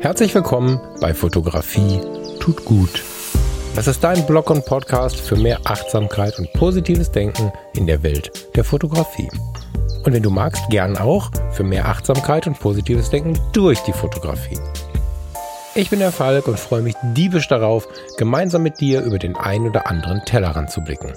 Herzlich willkommen bei Fotografie tut gut. Das ist dein Blog und Podcast für mehr Achtsamkeit und positives Denken in der Welt der Fotografie. Und wenn du magst, gern auch für mehr Achtsamkeit und positives Denken durch die Fotografie. Ich bin der Falk und freue mich diebisch darauf, gemeinsam mit dir über den ein oder anderen Tellerrand zu blicken.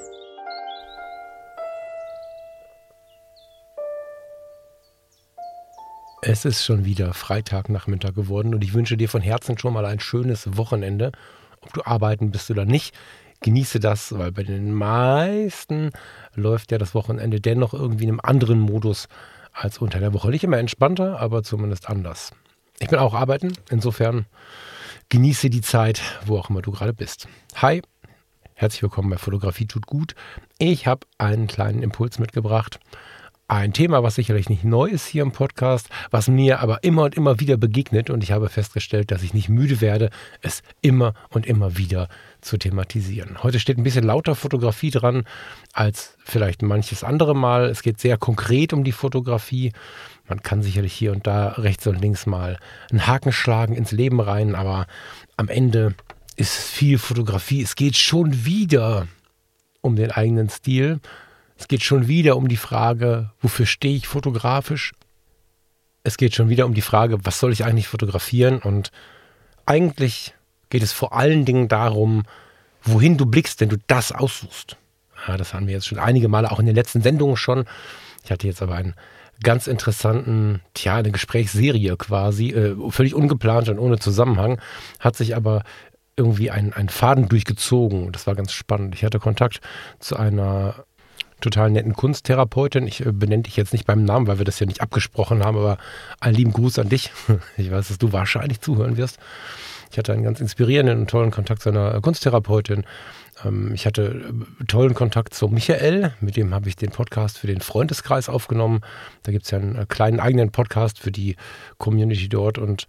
Es ist schon wieder Freitagnachmittag geworden und ich wünsche dir von Herzen schon mal ein schönes Wochenende. Ob du arbeiten bist oder nicht, genieße das, weil bei den meisten läuft ja das Wochenende dennoch irgendwie in einem anderen Modus als unter der Woche. Nicht immer entspannter, aber zumindest anders. Ich bin auch arbeiten, insofern genieße die Zeit, wo auch immer du gerade bist. Hi, herzlich willkommen bei Fotografie tut gut. Ich habe einen kleinen Impuls mitgebracht. Ein Thema, was sicherlich nicht neu ist hier im Podcast, was mir aber immer und immer wieder begegnet und ich habe festgestellt, dass ich nicht müde werde, es immer und immer wieder zu thematisieren. Heute steht ein bisschen lauter Fotografie dran als vielleicht manches andere Mal. Es geht sehr konkret um die Fotografie. Man kann sicherlich hier und da rechts und links mal einen Haken schlagen ins Leben rein, aber am Ende ist es viel Fotografie. Es geht schon wieder um den eigenen Stil. Es geht schon wieder um die Frage, wofür stehe ich fotografisch? Es geht schon wieder um die Frage, was soll ich eigentlich fotografieren? Und eigentlich geht es vor allen Dingen darum, wohin du blickst, wenn du das aussuchst. Ja, das haben wir jetzt schon einige Male, auch in den letzten Sendungen schon. Ich hatte jetzt aber einen ganz interessanten, eine Gesprächsserie quasi, völlig ungeplant und ohne Zusammenhang, hat sich aber irgendwie ein Faden durchgezogen. Das war ganz spannend. Ich hatte Kontakt zu einer total netten Kunsttherapeutin. Ich benenne dich jetzt nicht beim Namen, weil wir das ja nicht abgesprochen haben, aber einen lieben Gruß an dich. Ich weiß, dass du wahrscheinlich zuhören wirst. Ich hatte einen ganz inspirierenden und tollen Kontakt zu einer Kunsttherapeutin. Ich hatte tollen Kontakt zu Michael, mit dem habe ich den Podcast für den Freundeskreis aufgenommen. Da gibt es ja einen kleinen eigenen Podcast für die Community dort und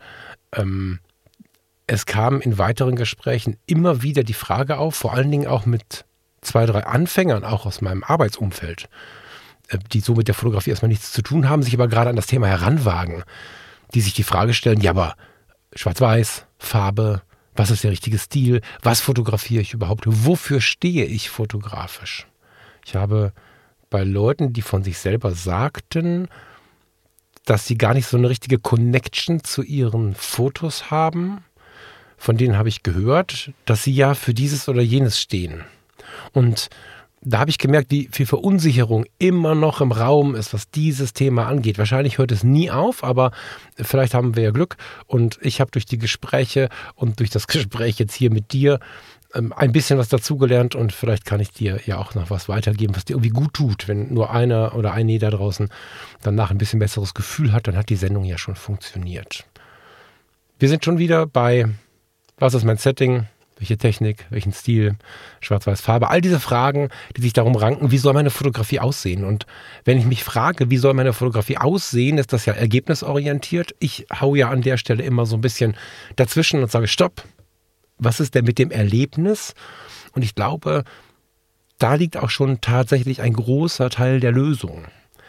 es kam in weiteren Gesprächen immer wieder die Frage auf, vor allen Dingen auch mit 2, 3 Anfängern, auch aus meinem Arbeitsumfeld, die so mit der Fotografie erstmal nichts zu tun haben, sich aber gerade an das Thema heranwagen, die sich die Frage stellen, ja, aber Schwarz-Weiß, Farbe, was ist der richtige Stil, was fotografiere ich überhaupt, wofür stehe ich fotografisch? Ich habe bei Leuten, die von sich selber sagten, dass sie gar nicht so eine richtige Connection zu ihren Fotos haben, von denen habe ich gehört, dass sie ja für dieses oder jenes stehen. Und da habe ich gemerkt, wie viel Verunsicherung immer noch im Raum ist, was dieses Thema angeht. Wahrscheinlich hört es nie auf, aber vielleicht haben wir ja Glück. Und ich habe durch die Gespräche und durch das Gespräch jetzt hier mit dir ein bisschen was dazugelernt. Und vielleicht kann ich dir ja auch noch was weitergeben, was dir irgendwie gut tut. Wenn nur einer oder eine da draußen danach ein bisschen besseres Gefühl hat, dann hat die Sendung ja schon funktioniert. Wir sind schon wieder bei Was ist mein Setting? Welche Technik, welchen Stil, Schwarz-Weiß-Farbe, all diese Fragen, die sich darum ranken, wie soll meine Fotografie aussehen? Und wenn ich mich frage, wie soll meine Fotografie aussehen, ist das ja ergebnisorientiert. Ich hau ja an der Stelle immer so ein bisschen dazwischen und sage, stopp, was ist denn mit dem Erlebnis? Und ich glaube, da liegt auch schon tatsächlich ein großer Teil der Lösung.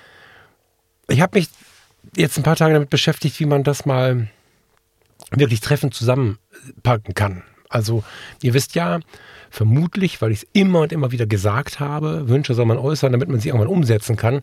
Ich habe mich jetzt ein paar Tage damit beschäftigt, wie man das mal wirklich treffend zusammenpacken kann. Also ihr wisst ja, vermutlich, weil ich es immer und immer wieder gesagt habe, Wünsche soll man äußern, damit man sie irgendwann umsetzen kann.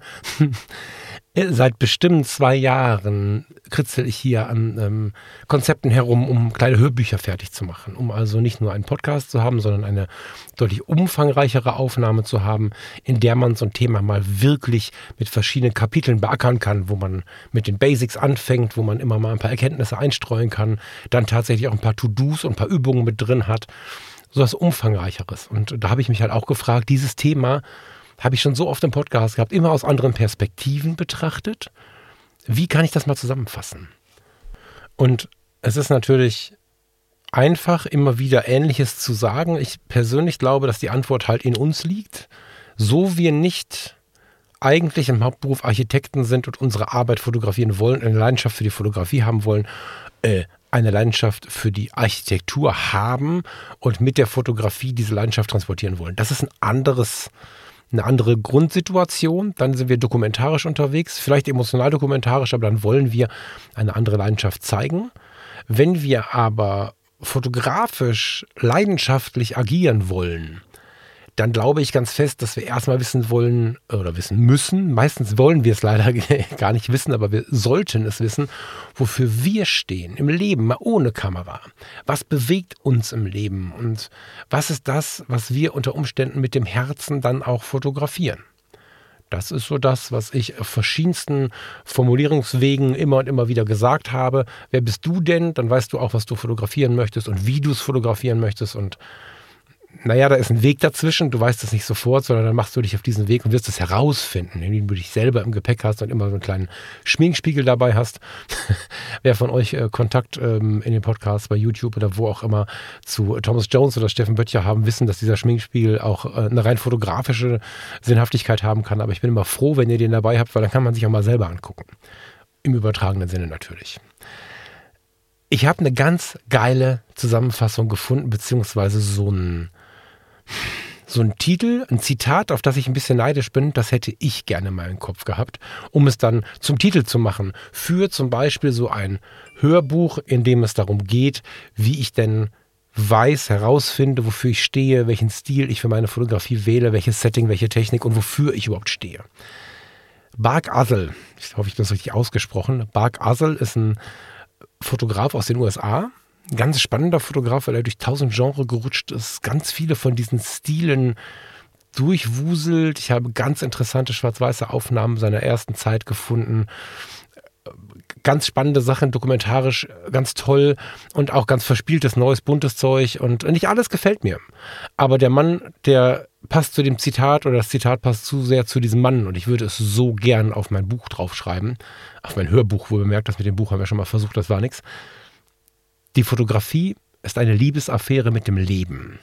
Seit bestimmt 2 Jahren kritzel ich hier an Konzepten herum, um kleine Hörbücher fertig zu machen. Um also nicht nur einen Podcast zu haben, sondern eine deutlich umfangreichere Aufnahme zu haben, in der man so ein Thema mal wirklich mit verschiedenen Kapiteln beackern kann, wo man mit den Basics anfängt, wo man immer mal ein paar Erkenntnisse einstreuen kann, dann tatsächlich auch ein paar To-Dos und ein paar Übungen mit drin hat. So was Umfangreicheres. Und da habe ich mich halt auch gefragt, dieses Thema habe ich schon so oft im Podcast gehabt, immer aus anderen Perspektiven betrachtet. Wie kann ich das mal zusammenfassen? Und es ist natürlich einfach, immer wieder Ähnliches zu sagen. Ich persönlich glaube, dass die Antwort halt in uns liegt. So wir nicht eigentlich im Hauptberuf Architekten sind und unsere Arbeit fotografieren wollen, eine Leidenschaft für die Fotografie haben wollen, eine Leidenschaft für die Architektur haben und mit der Fotografie diese Leidenschaft transportieren wollen. Das ist eine andere Grundsituation, dann sind wir dokumentarisch unterwegs, vielleicht emotional dokumentarisch, aber dann wollen wir eine andere Leidenschaft zeigen. Wenn wir aber fotografisch leidenschaftlich agieren wollen, dann glaube ich ganz fest, dass wir erstmal wissen wollen oder wissen müssen, meistens wollen wir es leider gar nicht wissen, aber wir sollten es wissen, wofür wir stehen im Leben, mal ohne Kamera. Was bewegt uns im Leben und was ist das, was wir unter Umständen mit dem Herzen dann auch fotografieren? Das ist so das, was ich auf verschiedensten Formulierungswegen immer und immer wieder gesagt habe. Wer bist du denn? Dann weißt du auch, was du fotografieren möchtest und wie du es fotografieren möchtest. Und naja, da ist ein Weg dazwischen. Du weißt es nicht sofort, sondern dann machst du dich auf diesen Weg und wirst es herausfinden, indem du dich selber im Gepäck hast und immer so einen kleinen Schminkspiegel dabei hast. Wer von euch Kontakt in den Podcasts bei YouTube oder wo auch immer zu Thomas Jones oder Steffen Böttcher haben, wissen, dass dieser Schminkspiegel auch eine rein fotografische Sinnhaftigkeit haben kann. Aber ich bin immer froh, wenn ihr den dabei habt, weil dann kann man sich auch mal selber angucken. Im übertragenen Sinne natürlich. Ich habe eine ganz geile Zusammenfassung gefunden, beziehungsweise so ein Titel, ein Zitat, auf das ich ein bisschen neidisch bin, das hätte ich gerne mal im Kopf gehabt, um es dann zum Titel zu machen. Für zum Beispiel so ein Hörbuch, in dem es darum geht, wie ich denn herausfinde, wofür ich stehe, welchen Stil ich für meine Fotografie wähle, welches Setting, welche Technik und wofür ich überhaupt stehe. Bart Azel, ich hoffe, ich habe das richtig ausgesprochen. Bart Azel ist ein Fotograf aus den USA. Ein ganz spannender Fotograf, weil er durch 1000 Genres gerutscht ist, ganz viele von diesen Stilen durchwuselt. Ich habe ganz interessante schwarz-weiße Aufnahmen seiner ersten Zeit gefunden. Ganz spannende Sachen, dokumentarisch ganz toll und auch ganz verspieltes, neues, buntes Zeug und nicht alles gefällt mir. Aber der Mann, der passt zu dem Zitat oder das Zitat passt zu sehr zu diesem Mann und ich würde es so gern auf mein Buch draufschreiben, auf mein Hörbuch, wo ihr merkt, das mit dem Buch haben wir schon mal versucht, das war nichts. Die Fotografie ist eine Liebesaffäre mit dem Leben.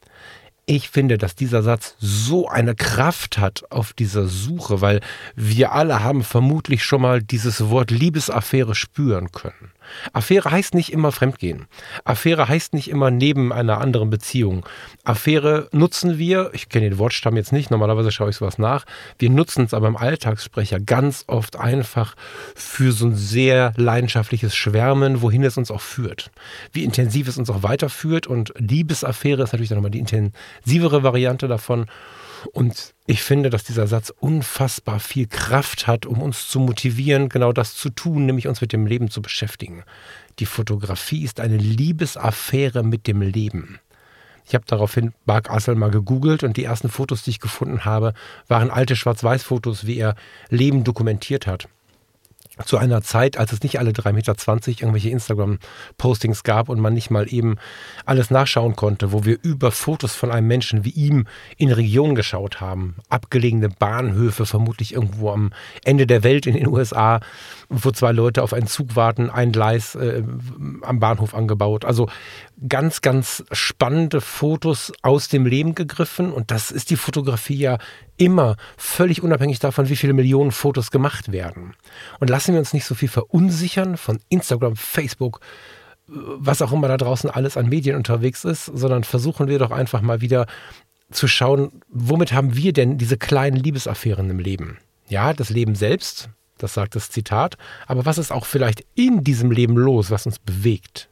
Ich finde, dass dieser Satz so eine Kraft hat auf dieser Suche, weil wir alle haben vermutlich schon mal dieses Wort Liebesaffäre spüren können. Affäre heißt nicht immer Fremdgehen. Affäre heißt nicht immer neben einer anderen Beziehung. Affäre nutzen wir, ich kenne den Wortstamm jetzt nicht, normalerweise schaue ich sowas nach, wir nutzen es aber im Alltagssprecher ganz oft einfach für so ein sehr leidenschaftliches Schwärmen, wohin es uns auch führt. Wie intensiv es uns auch weiterführt und Liebesaffäre ist natürlich dann nochmal die intensivere Variante davon. Und ich finde, dass dieser Satz unfassbar viel Kraft hat, um uns zu motivieren, genau das zu tun, nämlich uns mit dem Leben zu beschäftigen. Die Fotografie ist eine Liebesaffäre mit dem Leben. Ich habe daraufhin Bart Azel mal gegoogelt und die ersten Fotos, die ich gefunden habe, waren alte Schwarz-Weiß-Fotos, wie er Leben dokumentiert hat. Zu einer Zeit, als es nicht alle 3,20 Meter irgendwelche Instagram-Postings gab und man nicht mal eben alles nachschauen konnte, wo wir über Fotos von einem Menschen wie ihm in Regionen geschaut haben. Abgelegene Bahnhöfe, vermutlich irgendwo am Ende der Welt in den USA, wo 2 Leute auf einen Zug warten, ein Gleis am Bahnhof angebaut. Also ganz, ganz spannende Fotos aus dem Leben gegriffen und das ist die Fotografie ja immer, völlig unabhängig davon, wie viele Millionen Fotos gemacht werden. Und lassen wir uns nicht so viel verunsichern von Instagram, Facebook, was auch immer da draußen alles an Medien unterwegs ist, sondern versuchen wir doch einfach mal wieder zu schauen, womit haben wir denn diese kleinen Liebesaffären im Leben? Ja, das Leben selbst, das sagt das Zitat, aber was ist auch vielleicht in diesem Leben los, was uns bewegt?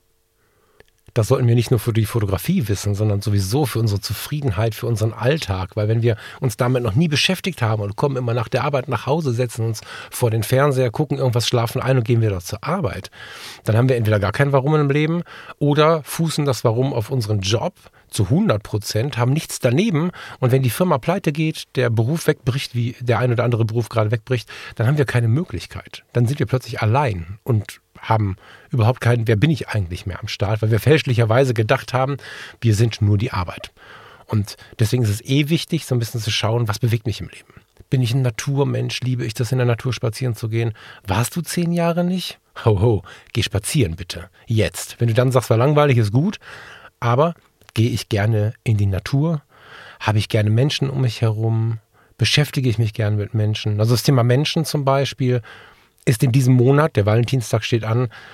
Das sollten wir nicht nur für die Fotografie wissen, sondern sowieso für unsere Zufriedenheit, für unseren Alltag. Weil wenn wir uns damit noch nie beschäftigt haben und kommen immer nach der Arbeit nach Hause, setzen uns vor den Fernseher, gucken irgendwas, schlafen ein und gehen wieder zur Arbeit, dann haben wir entweder gar kein Warum im Leben oder fußen das Warum auf unseren Job zu 100%, haben nichts daneben. Und wenn die Firma pleite geht, der Beruf wegbricht, wie der ein oder andere Beruf gerade wegbricht, dann haben wir keine Möglichkeit. Dann sind wir plötzlich allein und haben überhaupt keinen, wer bin ich eigentlich mehr am Start, weil wir fälschlicherweise gedacht haben, wir sind nur die Arbeit. Und deswegen ist es wichtig, so ein bisschen zu schauen, was bewegt mich im Leben. Bin ich ein Naturmensch? Liebe ich das, in der Natur spazieren zu gehen? Warst du 10 Jahre nicht? Ho, ho, geh spazieren bitte. Jetzt. Wenn du dann sagst, war langweilig, ist gut, aber gehe ich gerne in die Natur? Habe ich gerne Menschen um mich herum? Beschäftige ich mich gerne mit Menschen? Also das Thema Menschen zum Beispiel ist in diesem Monat, der Valentinstag steht an,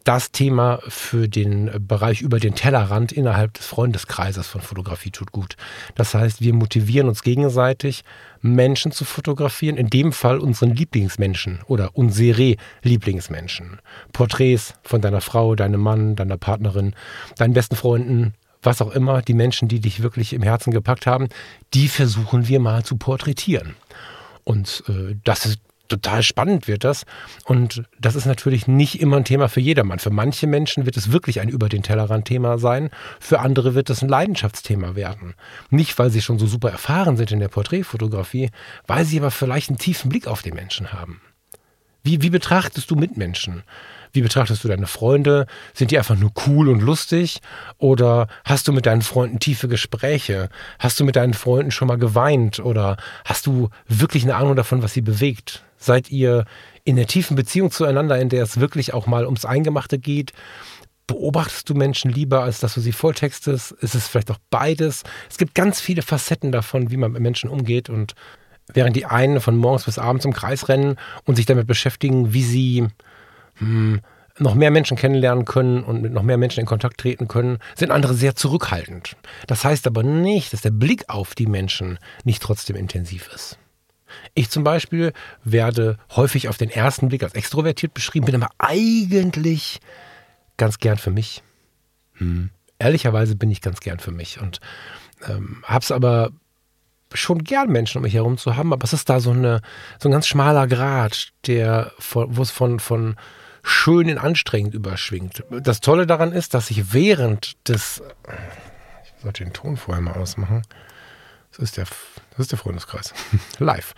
das Thema für den Bereich über den Tellerrand innerhalb des Freundeskreises von Fotografie tut gut. Das heißt, wir motivieren uns gegenseitig, Menschen zu fotografieren, in dem Fall unseren Lieblingsmenschen oder unsere Lieblingsmenschen. Porträts von deiner Frau, deinem Mann, deiner Partnerin, deinen besten Freunden, was auch immer, die Menschen, die dich wirklich im Herzen gepackt haben, die versuchen wir mal zu porträtieren. Und das ist total spannend wird das. Und das ist natürlich nicht immer ein Thema für jedermann. Für manche Menschen wird es wirklich ein über den Tellerrand-Thema sein. Für andere wird es ein Leidenschaftsthema werden. Nicht, weil sie schon so super erfahren sind in der Porträtfotografie, weil sie aber vielleicht einen tiefen Blick auf die Menschen haben. Wie betrachtest du Mitmenschen? Wie betrachtest du deine Freunde? Sind die einfach nur cool und lustig? Oder hast du mit deinen Freunden tiefe Gespräche? Hast du mit deinen Freunden schon mal geweint? Oder hast du wirklich eine Ahnung davon, was sie bewegt? Seid ihr in der tiefen Beziehung zueinander, in der es wirklich auch mal ums Eingemachte geht? Beobachtest du Menschen lieber, als dass du sie volltextest? Ist es vielleicht auch beides? Es gibt ganz viele Facetten davon, wie man mit Menschen umgeht. Und während die einen von morgens bis abends im Kreis rennen und sich damit beschäftigen, wie sie noch mehr Menschen kennenlernen können und mit noch mehr Menschen in Kontakt treten können, sind andere sehr zurückhaltend. Das heißt aber nicht, dass der Blick auf die Menschen nicht trotzdem intensiv ist. Ich zum Beispiel werde häufig auf den ersten Blick als extrovertiert beschrieben, bin aber eigentlich ganz gern für mich. Ehrlicherweise bin ich ganz gern für mich und habe es aber schon gern, Menschen um mich herum zu haben, aber es ist da so ein ganz schmaler Grat, wo es von schön in anstrengend überschwingt. Das Tolle daran ist, dass ich während des... Ich sollte den Ton vorher mal ausmachen. Das ist der Freundeskreis. Live.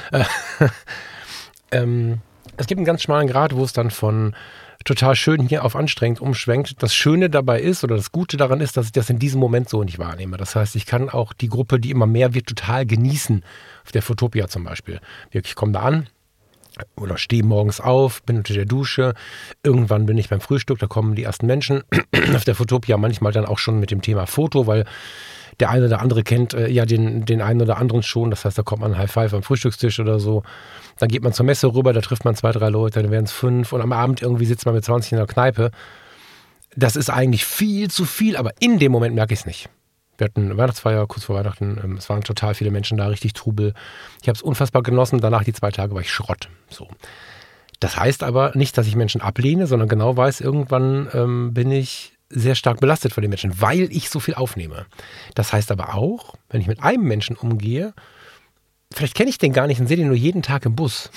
Es gibt einen ganz schmalen Grat, wo es dann von total schön hier auf anstrengend umschwenkt. Das Schöne dabei ist, oder das Gute daran ist, dass ich das in diesem Moment so nicht wahrnehme. Das heißt, ich kann auch die Gruppe, die immer mehr wird, total genießen. Auf der Fotopia zum Beispiel. Ich komme da an oder stehe morgens auf, bin unter der Dusche. Irgendwann bin ich beim Frühstück, da kommen die ersten Menschen. Auf der Fotopia manchmal dann auch schon mit dem Thema Foto, weil der eine oder andere kennt den einen oder anderen schon. Das heißt, da kommt man High Five am Frühstückstisch oder so. Dann geht man zur Messe rüber, da trifft man 2, 3 Leute, dann werden es 5 und am Abend irgendwie sitzt man mit 20 in der Kneipe. Das ist eigentlich viel zu viel, aber in dem Moment merke ich es nicht. Wir hatten eine Weihnachtsfeier kurz vor Weihnachten, es waren total viele Menschen da, richtig Trubel. Ich habe es unfassbar genossen, danach die 2 Tage war ich Schrott. So. Das heißt aber nicht, dass ich Menschen ablehne, sondern genau weiß, irgendwann bin ich sehr stark belastet von den Menschen, weil ich so viel aufnehme. Das heißt aber auch, wenn ich mit einem Menschen umgehe, vielleicht kenne ich den gar nicht und sehe den nur jeden Tag im Bus,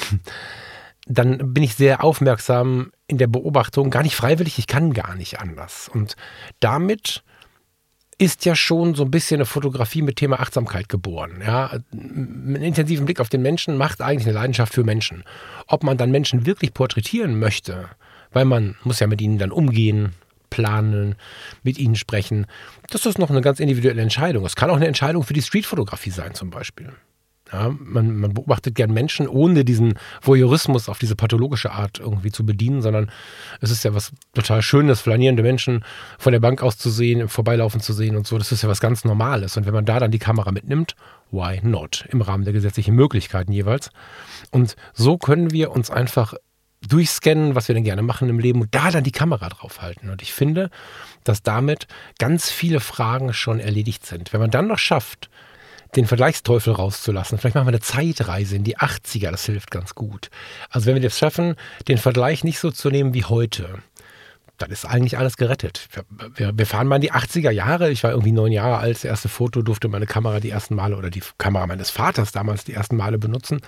dann bin ich sehr aufmerksam in der Beobachtung, gar nicht freiwillig, ich kann gar nicht anders. Und damit ist ja schon so ein bisschen eine Fotografie mit Thema Achtsamkeit geboren. Ja? Einen intensiven Blick auf den Menschen macht eigentlich eine Leidenschaft für Menschen. Ob man dann Menschen wirklich porträtieren möchte, weil man muss ja mit ihnen dann umgehen, planen, mit ihnen sprechen, das ist noch eine ganz individuelle Entscheidung. Es kann auch eine Entscheidung für die Streetfotografie sein zum Beispiel. Ja, man beobachtet gern Menschen, ohne diesen Voyeurismus auf diese pathologische Art irgendwie zu bedienen, sondern es ist ja was total Schönes, flanierende Menschen von der Bank aus zu sehen, im Vorbeilaufen zu sehen und so. Das ist ja was ganz Normales. Und wenn man da dann die Kamera mitnimmt, why not? Im Rahmen der gesetzlichen Möglichkeiten jeweils. Und so können wir uns einfach durchscannen, was wir denn gerne machen im Leben und da dann die Kamera draufhalten. Und ich finde, dass damit ganz viele Fragen schon erledigt sind. Wenn man dann noch schafft, den Vergleichsteufel rauszulassen. Vielleicht machen wir eine Zeitreise in die 80er, das hilft ganz gut. Also wenn wir das schaffen, den Vergleich nicht so zu nehmen wie heute, dann ist eigentlich alles gerettet. Wir fahren mal in die 80er Jahre. Ich war irgendwie 9 Jahre alt. Das erste Foto durfte meine Kamera die ersten Male oder die Kamera meines Vaters damals die ersten Male benutzen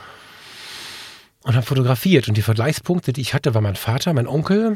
und habe fotografiert. Und die Vergleichspunkte, die ich hatte, war mein Vater, mein Onkel,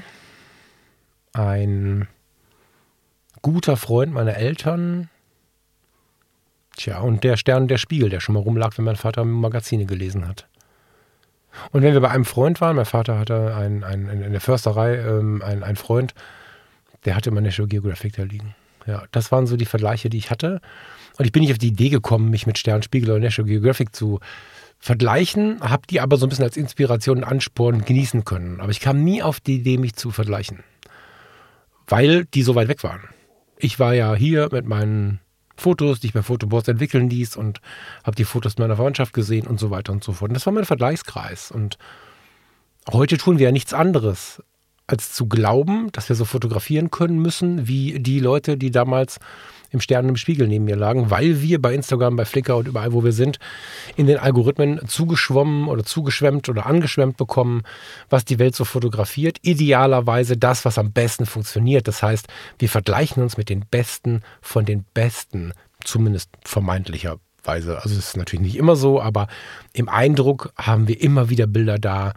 ein guter Freund meiner Eltern. Tja, und der Stern und der Spiegel, der schon mal rumlag, wenn mein Vater Magazine gelesen hat. Und wenn wir bei einem Freund waren, mein Vater hatte in der Försterei einen Freund, der hatte immer National Geographic da liegen. Ja, das waren so die Vergleiche, die ich hatte. Und ich bin nicht auf die Idee gekommen, mich mit Stern, Spiegel oder National Geographic zu vergleichen, habe die aber so ein bisschen als Inspiration und Ansporn genießen können. Aber ich kam nie auf die Idee, mich zu vergleichen, weil die so weit weg waren. Ich war ja hier mit meinen Fotos, die ich bei Fotoboards entwickeln ließ und habe die Fotos meiner Verwandtschaft gesehen und so weiter und so fort. Und das war mein Vergleichskreis. Und heute tun wir ja nichts anderes, als zu glauben, dass wir so fotografieren können müssen, wie die Leute, die damals im Stern und im Spiegel neben mir lagen, weil wir bei Instagram, bei Flickr und überall, wo wir sind, in den Algorithmen zugeschwommen oder zugeschwemmt oder angeschwemmt bekommen, was die Welt so fotografiert. Idealerweise das, was am besten funktioniert. Das heißt, wir vergleichen uns mit den Besten von den Besten, zumindest vermeintlicherweise. Also es ist natürlich nicht immer so, aber im Eindruck haben wir immer wieder Bilder da,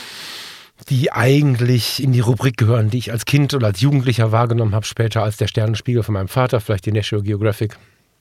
die eigentlich in die Rubrik gehören, die ich als Kind oder als Jugendlicher wahrgenommen habe, später als der Sternenspiegel von meinem Vater, vielleicht die National Geographic,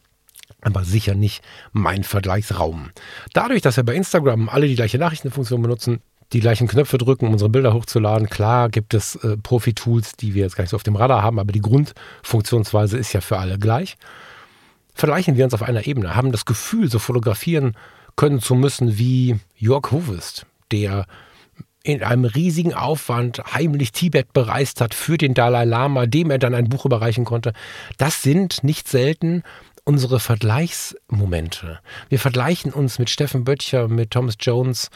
aber sicher nicht mein Vergleichsraum. Dadurch, dass wir bei Instagram alle die gleiche Nachrichtenfunktion benutzen, die gleichen Knöpfe drücken, um unsere Bilder hochzuladen, klar gibt es Profi-Tools, die wir jetzt gar nicht so auf dem Radar haben, aber die Grundfunktionsweise ist ja für alle gleich. Vergleichen wir uns auf einer Ebene, haben das Gefühl, so fotografieren können zu müssen wie Jörg Hoves, der in einem riesigen Aufwand heimlich Tibet bereist hat für den Dalai Lama, dem er dann ein Buch überreichen konnte. Das sind nicht selten unsere Vergleichsmomente. Wir vergleichen uns mit Steffen Böttcher, mit Thomas Jones,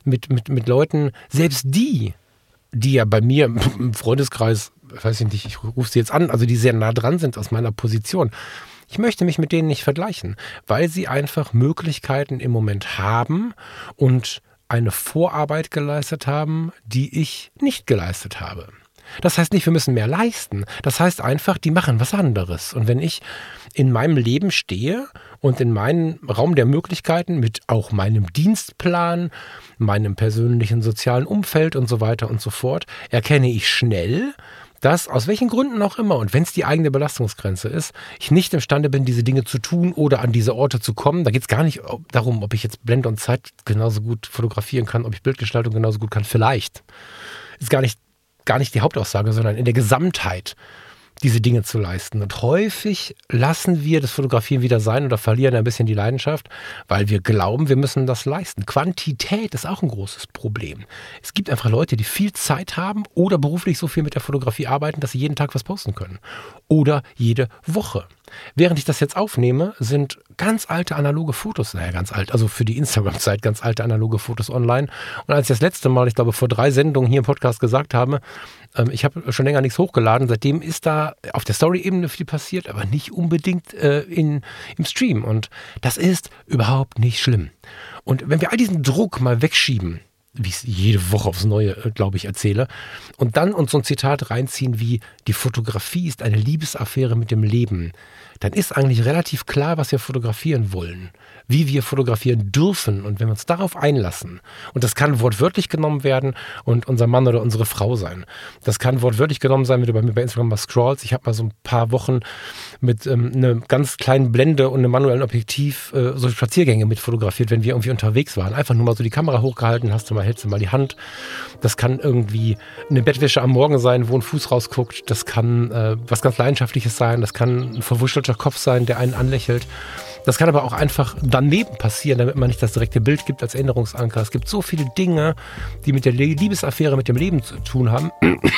mit Leuten, selbst die ja bei mir im Freundeskreis, weiß ich nicht, ich rufe sie jetzt an, also die sehr nah dran sind aus meiner Position. Ich möchte mich mit denen nicht vergleichen, weil sie einfach Möglichkeiten im Moment haben und eine Vorarbeit geleistet haben, die ich nicht geleistet habe. Das heißt nicht, wir müssen mehr leisten. Das heißt einfach, die machen was anderes. Und wenn ich in meinem Leben stehe und in meinem Raum der Möglichkeiten mit auch meinem Dienstplan, meinem persönlichen sozialen Umfeld und so weiter und so fort, erkenne ich schnell, dass aus welchen Gründen auch immer und wenn es die eigene Belastungsgrenze ist, ich nicht imstande bin, diese Dinge zu tun oder an diese Orte zu kommen. Da geht es gar nicht darum, ob ich jetzt Blende und Zeit genauso gut fotografieren kann, ob ich Bildgestaltung genauso gut kann. Vielleicht. Ist gar nicht die Hauptaussage, sondern in der Gesamtheit diese Dinge zu leisten. Und häufig lassen wir das Fotografieren wieder sein oder verlieren ein bisschen die Leidenschaft, weil wir glauben, wir müssen das leisten. Quantität ist auch ein großes Problem. Es gibt einfach Leute, die viel Zeit haben oder beruflich so viel mit der Fotografie arbeiten, dass sie jeden Tag was posten können. Oder jede Woche. Während ich das jetzt aufnehme, sind ganz alte analoge Fotos, ganz alt, also für die Instagram-Zeit ganz alte analoge Fotos online. Und als ich das letzte Mal, ich glaube vor 3 Sendungen hier im Podcast gesagt habe, ich habe schon länger nichts hochgeladen, seitdem ist da auf der Story-Ebene viel passiert, aber nicht unbedingt im Stream. Und das ist überhaupt nicht schlimm. Und wenn wir all diesen Druck mal wegschieben, wie ich es jede Woche aufs Neue, glaube ich, erzähle, und dann uns so ein Zitat reinziehen wie, die Fotografie ist eine Liebesaffäre mit dem Leben, dann ist eigentlich relativ klar, was wir fotografieren wollen, wie wir fotografieren dürfen und wenn wir uns darauf einlassen, und das kann wortwörtlich genommen werden und unser Mann oder unsere Frau sein, das kann wortwörtlich genommen sein, wenn du bei mir bei Instagram mal scrollst, ich habe mal so ein paar Wochen mit einer ganz kleinen Blende und einem manuellen Objektiv so Spaziergänge mit fotografiert, wenn wir irgendwie unterwegs waren, einfach nur mal so die Kamera hochgehalten, hältst du mal die Hand, das kann irgendwie eine Bettwäsche am Morgen sein, wo ein Fuß rausguckt, das kann was ganz Leidenschaftliches sein, das kann ein verwuschelter Kopf sein, der einen anlächelt. Das kann aber auch einfach daneben passieren, damit man nicht das direkte Bild gibt als Erinnerungsanker. Es gibt so viele Dinge, die mit der Liebesaffäre mit dem Leben zu tun haben.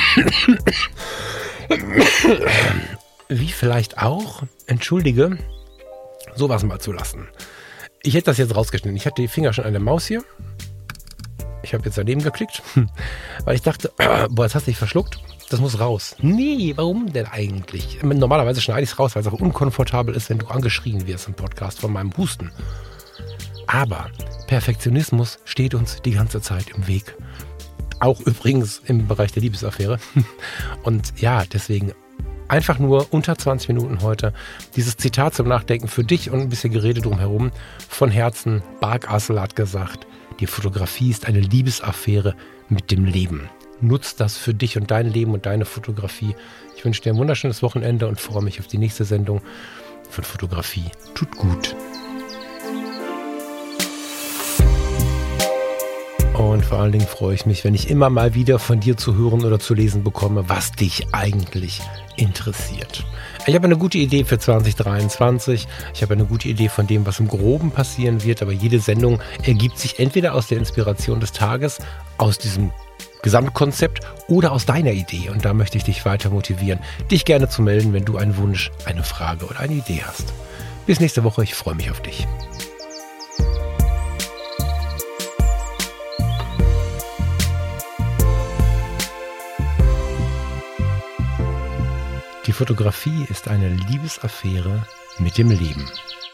Wie vielleicht auch, entschuldige, sowas mal zu lassen. Ich hätte das jetzt rausgeschnitten. Ich hatte die Finger schon an der Maus hier. Ich habe jetzt daneben geklickt, weil ich dachte, boah, jetzt hast du dich verschluckt. Das muss raus. Nee, warum denn eigentlich? Normalerweise schneide ich es raus, weil es auch unkomfortabel ist, wenn du angeschrien wirst im Podcast von meinem Husten. Aber Perfektionismus steht uns die ganze Zeit im Weg. Auch übrigens im Bereich der Liebesaffäre. Und ja, deswegen einfach nur unter 20 Minuten heute dieses Zitat zum Nachdenken für dich und ein bisschen Gerede drumherum. Von Herzen, Bark Assel hat gesagt, die Fotografie ist eine Liebesaffäre mit dem Leben. Nutz das für dich und dein Leben und deine Fotografie. Ich wünsche dir ein wunderschönes Wochenende und freue mich auf die nächste Sendung von Fotografie. Tut gut. Und vor allen Dingen freue ich mich, wenn ich immer mal wieder von dir zu hören oder zu lesen bekomme, was dich eigentlich interessiert. Ich habe eine gute Idee für 2023. Ich habe eine gute Idee von dem, was im Groben passieren wird. Aber jede Sendung ergibt sich entweder aus der Inspiration des Tages, aus diesem Gesamtkonzept oder aus deiner Idee. Und da möchte ich dich weiter motivieren, dich gerne zu melden, wenn du einen Wunsch, eine Frage oder eine Idee hast. Bis nächste Woche. Ich freue mich auf dich. Fotografie ist eine Liebesaffäre mit dem Leben.